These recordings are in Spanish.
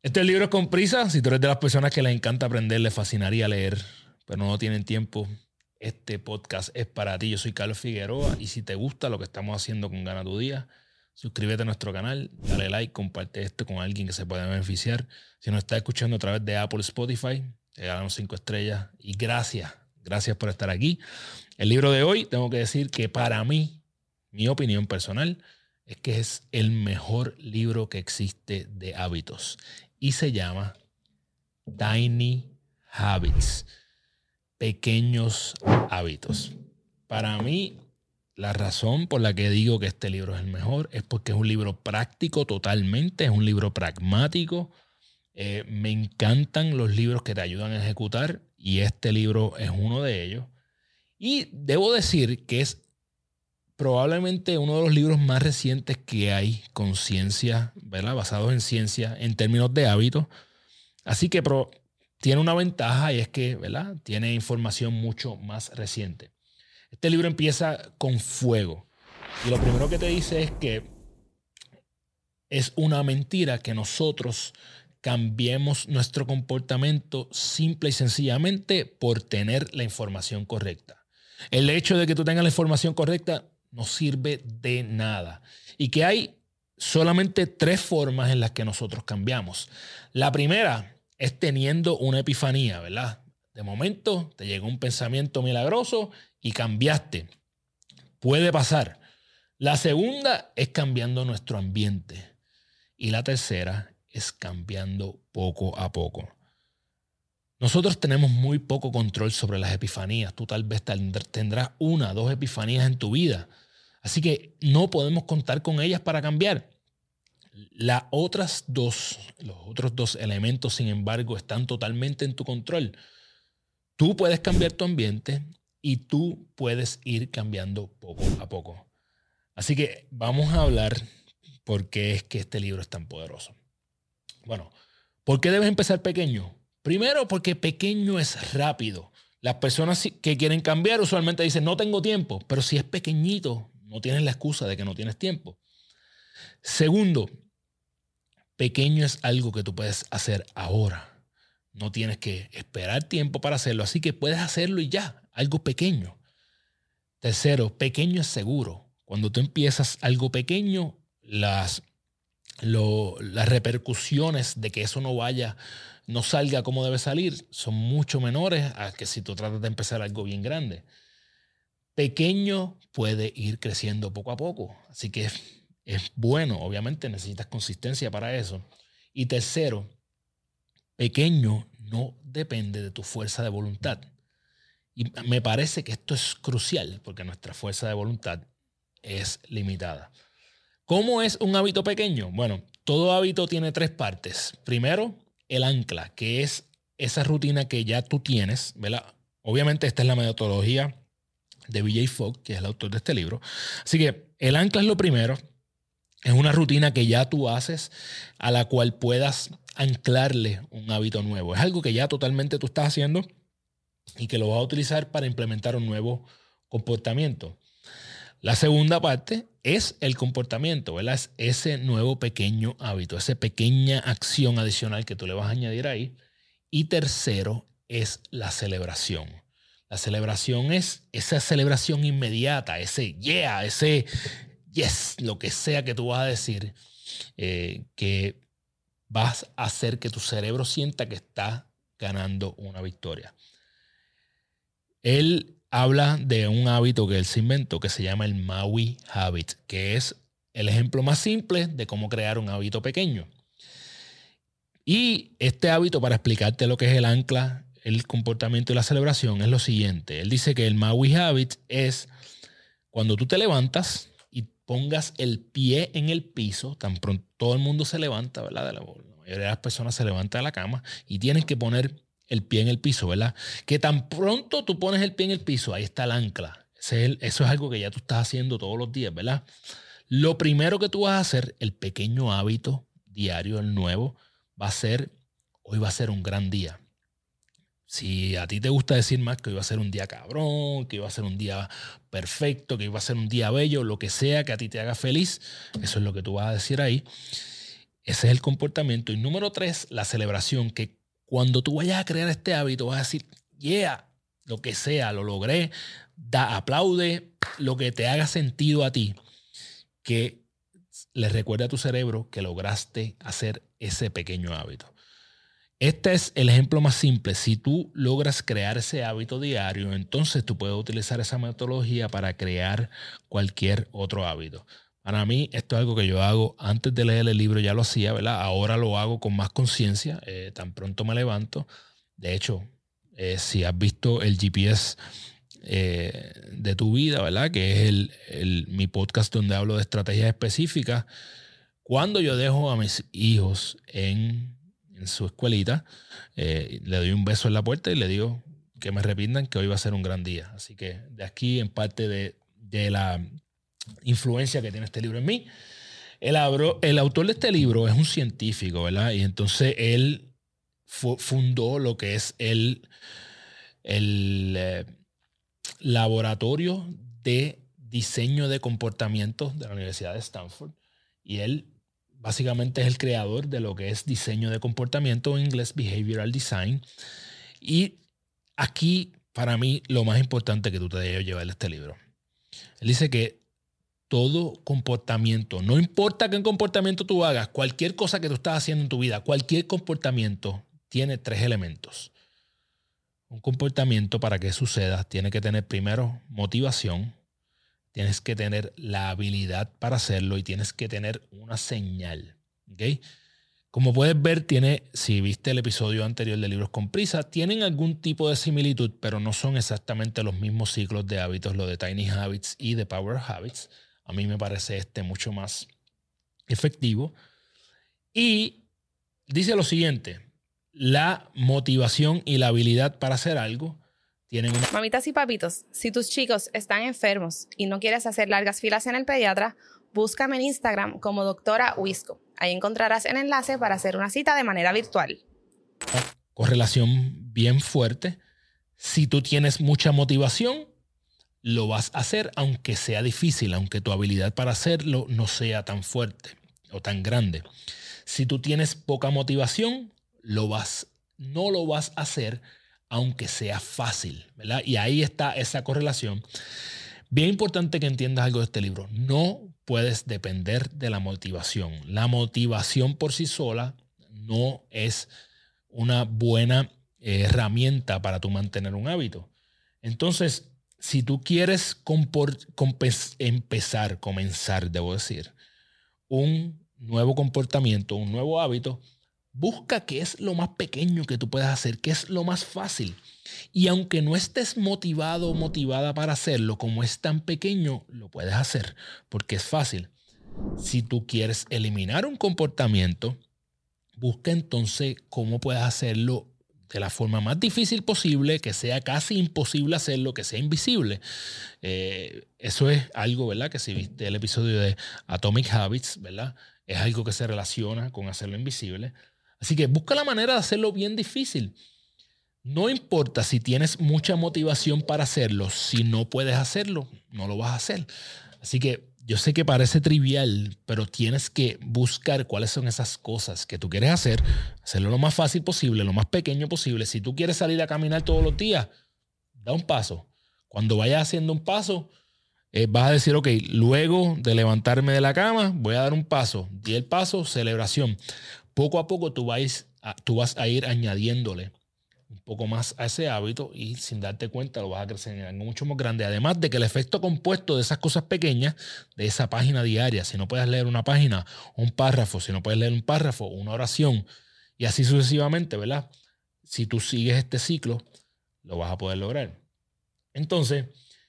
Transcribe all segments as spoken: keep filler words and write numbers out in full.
Este libro es con prisa. Si tú eres de las personas que les encanta aprender, les fascinaría leer, pero no tienen tiempo, este podcast es para ti. Yo soy Carlos Figueroa y si te gusta lo que estamos haciendo con Gana Tu Día, suscríbete a nuestro canal, dale like, comparte esto con alguien que se pueda beneficiar. Si nos estás escuchando a través de Apple, Spotify, regálanos cinco estrellas y gracias, gracias por estar aquí. El libro de hoy, tengo que decir que para mí, mi opinión personal, es que es el mejor libro que existe de hábitos y se llama Tiny Habits, pequeños hábitos. Para mí, la razón por la que digo que este libro es el mejor es porque es un libro práctico totalmente, es un libro pragmático. Eh, me encantan los libros que te ayudan a ejecutar y este libro es uno de ellos. Y debo decir que es probablemente uno de los libros más recientes que hay con ciencia, ¿verdad? Basados en ciencia en términos de hábitos. Así que pro, tiene una ventaja y es que, ¿verdad? Tiene información mucho más reciente. Este libro empieza con fuego. Y lo primero que te dice es que es una mentira que nosotros cambiemos nuestro comportamiento simple y sencillamente por tener la información correcta. El hecho de que tú tengas la información correcta no sirve de nada. Y que hay solamente tres formas en las que nosotros cambiamos. La primera es teniendo una epifanía, ¿verdad? De momento te llegó un pensamiento milagroso y cambiaste. Puede pasar. La segunda es cambiando nuestro ambiente. Y la tercera es cambiando poco a poco. Nosotros tenemos muy poco control sobre las epifanías. Tú tal vez tendrás una, dos epifanías en tu vida. Así que no podemos contar con ellas para cambiar. Las otras dos, los otros dos elementos, sin embargo, están totalmente en tu control. Tú puedes cambiar tu ambiente y tú puedes ir cambiando poco a poco. Así que vamos a hablar por qué es que este libro es tan poderoso. Bueno, ¿por qué debes empezar pequeño? Primero, porque pequeño es rápido. Las personas que quieren cambiar usualmente dicen, no tengo tiempo. Pero si es pequeñito, no tienes la excusa de que no tienes tiempo. Segundo, pequeño es algo que tú puedes hacer ahora. No tienes que esperar tiempo para hacerlo. Así que puedes hacerlo y ya, algo pequeño. Tercero, pequeño es seguro. Cuando tú empiezas algo pequeño, las, lo, las repercusiones de que eso no vaya no salga como debe salir, son mucho menores a que si tú tratas de empezar algo bien grande. Pequeño puede ir creciendo poco a poco, así que es, es bueno, obviamente necesitas consistencia para eso. Y tercero, pequeño no depende de tu fuerza de voluntad. Y me parece que esto es crucial porque nuestra fuerza de voluntad es limitada. ¿Cómo es un hábito pequeño? Bueno, todo hábito tiene tres partes. Primero, el ancla, que es esa rutina que ya tú tienes, ¿verdad? Obviamente esta es la metodología de B J Fogg, que es el autor de este libro. Así que el ancla es lo primero. Es una rutina que ya tú haces a la cual puedas anclarle un hábito nuevo. Es algo que ya totalmente tú estás haciendo y que lo vas a utilizar para implementar un nuevo comportamiento. La segunda parte es el comportamiento, ¿verdad? Es ese nuevo pequeño hábito, esa pequeña acción adicional que tú le vas a añadir ahí. Y tercero es la celebración. La celebración es esa celebración inmediata, ese yeah, ese yes, lo que sea que tú vas a decir, eh, que vas a hacer que tu cerebro sienta que está ganando una victoria. Él habla de un hábito que él se inventó que se llama el Maui Habit, que es el ejemplo más simple de cómo crear un hábito pequeño. Y este hábito, para explicarte lo que es el ancla, el comportamiento y la celebración, es lo siguiente. Él dice que el Maui Habit es cuando tú te levantas y pongas el pie en el piso, tan pronto todo el mundo se levanta, ¿verdad? La mayoría de las personas se levanta de la cama y tienes que poner el pie en el piso, ¿verdad? Que tan pronto tú pones el pie en el piso, ahí está el ancla. Ese es el, eso es algo que ya tú estás haciendo todos los días, ¿verdad? Lo primero que tú vas a hacer, el pequeño hábito diario, el nuevo, va a ser, hoy va a ser un gran día. Si a ti te gusta decir más que hoy va a ser un día cabrón, que hoy va a ser un día perfecto, que hoy va a ser un día bello, lo que sea que a ti te haga feliz, eso es lo que tú vas a decir ahí. Ese es el comportamiento. Y número tres, la celebración, que cuando tú vayas a crear este hábito vas a decir, yeah, lo que sea, lo logré, da, aplaude lo que te haga sentido a ti, que le recuerde a tu cerebro que lograste hacer ese pequeño hábito. Este es el ejemplo más simple. Si tú logras crear ese hábito diario, entonces tú puedes utilizar esa metodología para crear cualquier otro hábito. Para mí, esto es algo que yo hago antes de leer el libro, ya lo hacía, ¿verdad? Ahora lo hago con más conciencia, eh, tan pronto me levanto. De hecho, eh, si has visto el G P S eh, de tu vida, ¿verdad? Que es el, el, mi podcast donde hablo de estrategias específicas. Cuando yo dejo a mis hijos en, en su escuelita, eh, le doy un beso en la puerta y le digo que me arrepientan, que hoy va a ser un gran día. Así que de aquí, en parte de, de la influencia que tiene este libro en mí. El, abro, el autor de este libro es un científico, ¿verdad? Y entonces él fu fundó lo que es el, el eh, laboratorio de diseño de comportamientos de la Universidad de Stanford. Y él básicamente es el creador de lo que es diseño de comportamiento, en inglés Behavioral Design. Y aquí, para mí, lo más importante que tú te debes llevar de este libro. Él dice que todo comportamiento, no importa qué comportamiento tú hagas, cualquier cosa que tú estás haciendo en tu vida, cualquier comportamiento tiene tres elementos. Un comportamiento, para que suceda, tiene que tener primero motivación, tienes que tener la habilidad para hacerlo y tienes que tener una señal. ¿Okay? Como puedes ver, tiene, si viste el episodio anterior de Libros con Prisa, tienen algún tipo de similitud, pero no son exactamente los mismos ciclos de hábitos, lo de Tiny Habits y de Power Habits. A mí me parece este mucho más efectivo. Y dice lo siguiente: la motivación y la habilidad para hacer algo tienen una... Mamitas y papitos, si tus chicos están enfermos y no quieres hacer largas filas en el pediatra, búscame en Instagram como doctora Wisco. Ahí encontrarás el enlace para hacer una cita de manera virtual. Correlación bien fuerte. Si tú tienes mucha motivación, lo vas a hacer aunque sea difícil, aunque tu habilidad para hacerlo no sea tan fuerte o tan grande. Si tú tienes poca motivación, lo vas, no lo vas a hacer aunque sea fácil, ¿verdad? Y ahí está esa correlación. Bien importante que entiendas algo de este libro. No puedes depender de la motivación. La motivación por sí sola no es una buena eh, herramienta para tú mantener un hábito. Entonces, si tú quieres empezar, comenzar, debo decir, un nuevo comportamiento, un nuevo hábito, busca qué es lo más pequeño que tú puedes hacer, qué es lo más fácil. Y aunque no estés motivado o motivada para hacerlo, como es tan pequeño, lo puedes hacer porque es fácil. Si tú quieres eliminar un comportamiento, busca entonces cómo puedes hacerlo de la forma más difícil posible, que sea casi imposible hacerlo, que sea invisible. Eh, eso es algo, ¿verdad? Que si viste el episodio de Atomic Habits, ¿verdad? Es algo que se relaciona con hacerlo invisible. Así que busca la manera de hacerlo bien difícil. No importa si tienes mucha motivación para hacerlo, si no puedes hacerlo, no lo vas a hacer. Así que yo sé que parece trivial, pero tienes que buscar cuáles son esas cosas que tú quieres hacer, hacerlo lo más fácil posible, lo más pequeño posible. Si tú quieres salir a caminar todos los días, da un paso. Cuando vayas haciendo un paso, eh, vas a decir, ok, luego de levantarme de la cama, voy a dar un paso. Di el paso, celebración. Poco a poco tú vas a, tú vas a ir añadiéndole un poco más a ese hábito y sin darte cuenta lo vas a crecer en algo mucho más grande. Además de que el efecto compuesto de esas cosas pequeñas, de esa página diaria, si no puedes leer una página, un párrafo, si no puedes leer un párrafo, una oración y así sucesivamente, ¿verdad? Si tú sigues este ciclo, lo vas a poder lograr. Entonces,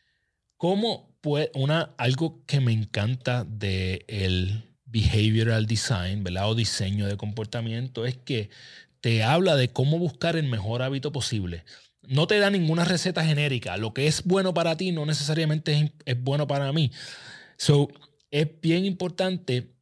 ¿cómo puede una, algo que me encanta del behavioral design, ¿verdad? O diseño de comportamiento es que te habla de cómo buscar el mejor hábito posible. No te da ninguna receta genérica. Lo que es bueno para ti no necesariamente es, es bueno para mí. So, es bien importante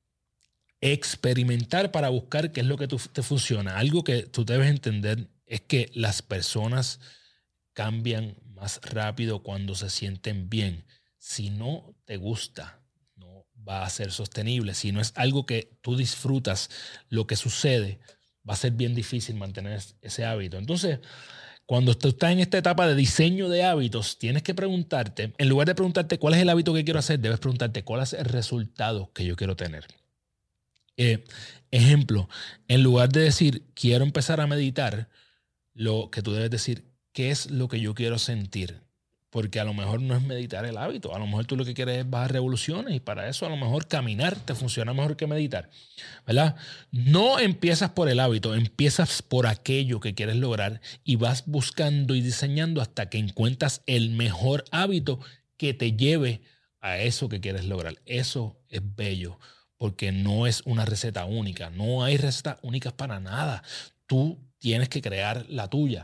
experimentar para buscar qué es lo que tú, te funciona. Algo que tú debes entender es que las personas cambian más rápido cuando se sienten bien. Si no te gusta, no va a ser sostenible. Si no es algo que tú disfrutas, lo que sucede, va a ser bien difícil mantener ese hábito. Entonces, cuando tú estás en esta etapa de diseño de hábitos, tienes que preguntarte, en lugar de preguntarte cuál es el hábito que quiero hacer, debes preguntarte cuál es el resultado que yo quiero tener. Eh, ejemplo, en lugar de decir quiero empezar a meditar, lo que tú debes decir, ¿qué es lo que yo quiero sentir? Porque a lo mejor no es meditar el hábito, a lo mejor tú lo que quieres es bajar revoluciones y para eso a lo mejor caminar te funciona mejor que meditar, ¿verdad? No empiezas por el hábito, empiezas por aquello que quieres lograr y vas buscando y diseñando hasta que encuentras el mejor hábito que te lleve a eso que quieres lograr. Eso es bello porque no es una receta única, no hay recetas únicas para nada. Tú tienes que crear la tuya.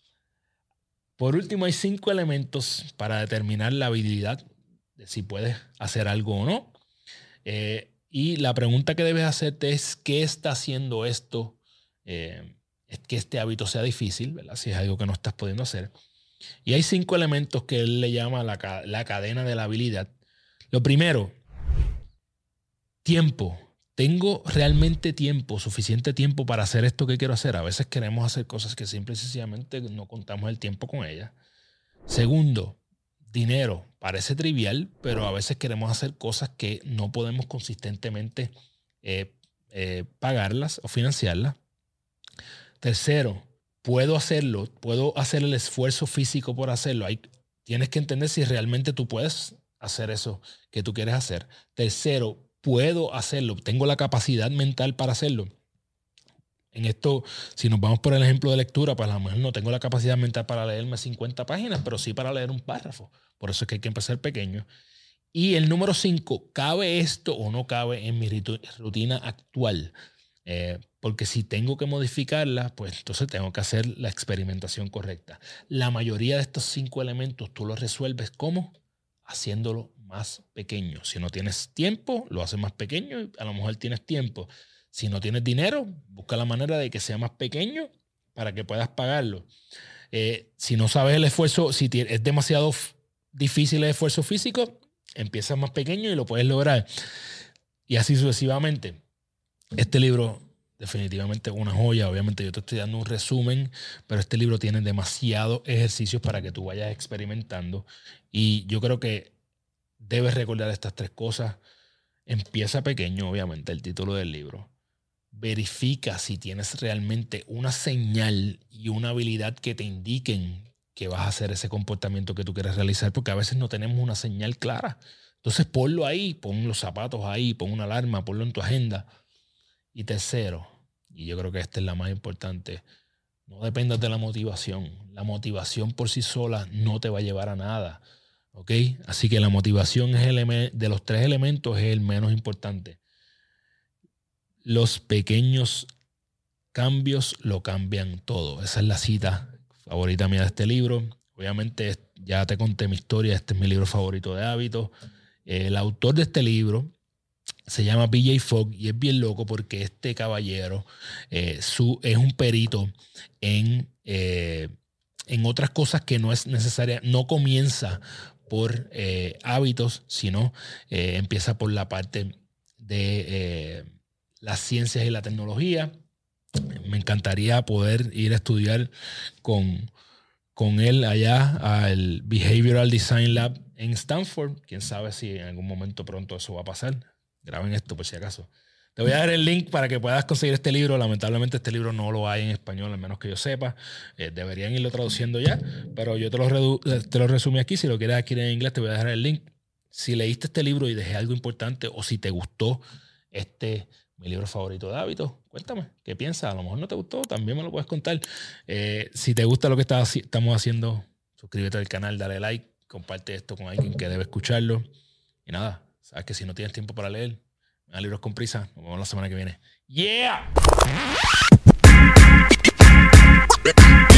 Por último, hay cinco elementos para determinar la habilidad de si puedes hacer algo o no. Eh, y la pregunta que debes hacerte es ¿qué está haciendo esto? Eh, es que este hábito sea difícil, ¿verdad? Si es algo que no estás pudiendo hacer. Y hay cinco elementos que él le llama la, la cadena de la habilidad. Lo primero, tiempo. ¿Tengo realmente tiempo, suficiente tiempo para hacer esto que quiero hacer? A veces queremos hacer cosas que simple y sencillamente no contamos el tiempo con ellas. Segundo, dinero. Parece trivial, pero a veces queremos hacer cosas que no podemos consistentemente eh, eh, pagarlas o financiarlas. Tercero, puedo hacerlo, puedo hacer el esfuerzo físico por hacerlo. Hay, tienes que entender si realmente tú puedes hacer eso que tú quieres hacer. Tercero, puedo hacerlo, tengo la capacidad mental para hacerlo. En esto, si nos vamos por el ejemplo de lectura, pues a lo mejor no tengo la capacidad mental para leerme cincuenta páginas, pero sí para leer un párrafo. Por eso es que hay que empezar pequeño. Y el número cinco, ¿cabe esto o no cabe en mi rutina actual? Eh, porque si tengo que modificarla, pues entonces tengo que hacer la experimentación correcta. La mayoría de estos cinco elementos tú los resuelves ¿cómo? Haciéndolo más pequeño. Si no tienes tiempo, lo haces más pequeño y a lo mejor tienes tiempo. Si no tienes dinero, busca la manera de que sea más pequeño para que puedas pagarlo. Eh, si no sabes el esfuerzo, si es demasiado difícil el esfuerzo físico, empiezas más pequeño y lo puedes lograr. Y así sucesivamente. Este libro definitivamente es una joya. Obviamente yo te estoy dando un resumen, pero este libro tiene demasiados ejercicios para que tú vayas experimentando. Y yo creo que debes recordar estas tres cosas. Empieza pequeño, obviamente, el título del libro. Verifica si tienes realmente una señal y una habilidad que te indiquen que vas a hacer ese comportamiento que tú quieres realizar, porque a veces no tenemos una señal clara. Entonces ponlo ahí, pon los zapatos ahí, pon una alarma, ponlo en tu agenda. Y tercero, y yo creo que esta es la más importante, no dependas de la motivación. La motivación por sí sola no te va a llevar a nada. ¿Ok? Así que la motivación es el de los tres elementos es el menos importante. Los pequeños cambios lo cambian todo. Esa es la cita favorita mía de este libro. Obviamente ya te conté mi historia. Este es mi libro favorito de hábitos. El autor de este libro se llama B J Fogg y es bien loco porque este caballero eh, su, es un perito en, eh, en otras cosas que no es necesaria. No comienza por eh, hábitos, sino eh, empieza por la parte de eh, las ciencias y la tecnología. Me encantaría poder ir a estudiar con, con él allá al Behavioral Design Lab en Stanford. Quién sabe si en algún momento pronto eso va a pasar. Graben esto por si acaso. Te voy a dar el link para que puedas conseguir este libro. Lamentablemente este libro no lo hay en español, al menos que yo sepa. Eh, deberían irlo traduciendo ya, pero yo te lo, redu- te lo resumí aquí. Si lo quieres adquirir en inglés, te voy a dejar el link. Si leíste este libro y dejé algo importante o si te gustó este, mi libro favorito de hábitos, cuéntame, ¿qué piensas? A lo mejor no te gustó, también me lo puedes contar. Eh, si te gusta lo que está, estamos haciendo, suscríbete al canal, dale like, comparte esto con alguien que debe escucharlo. Y nada, sabes que si no tienes tiempo para leer, a Libros con Prisa. Nos vemos la semana que viene. ¡Yeah!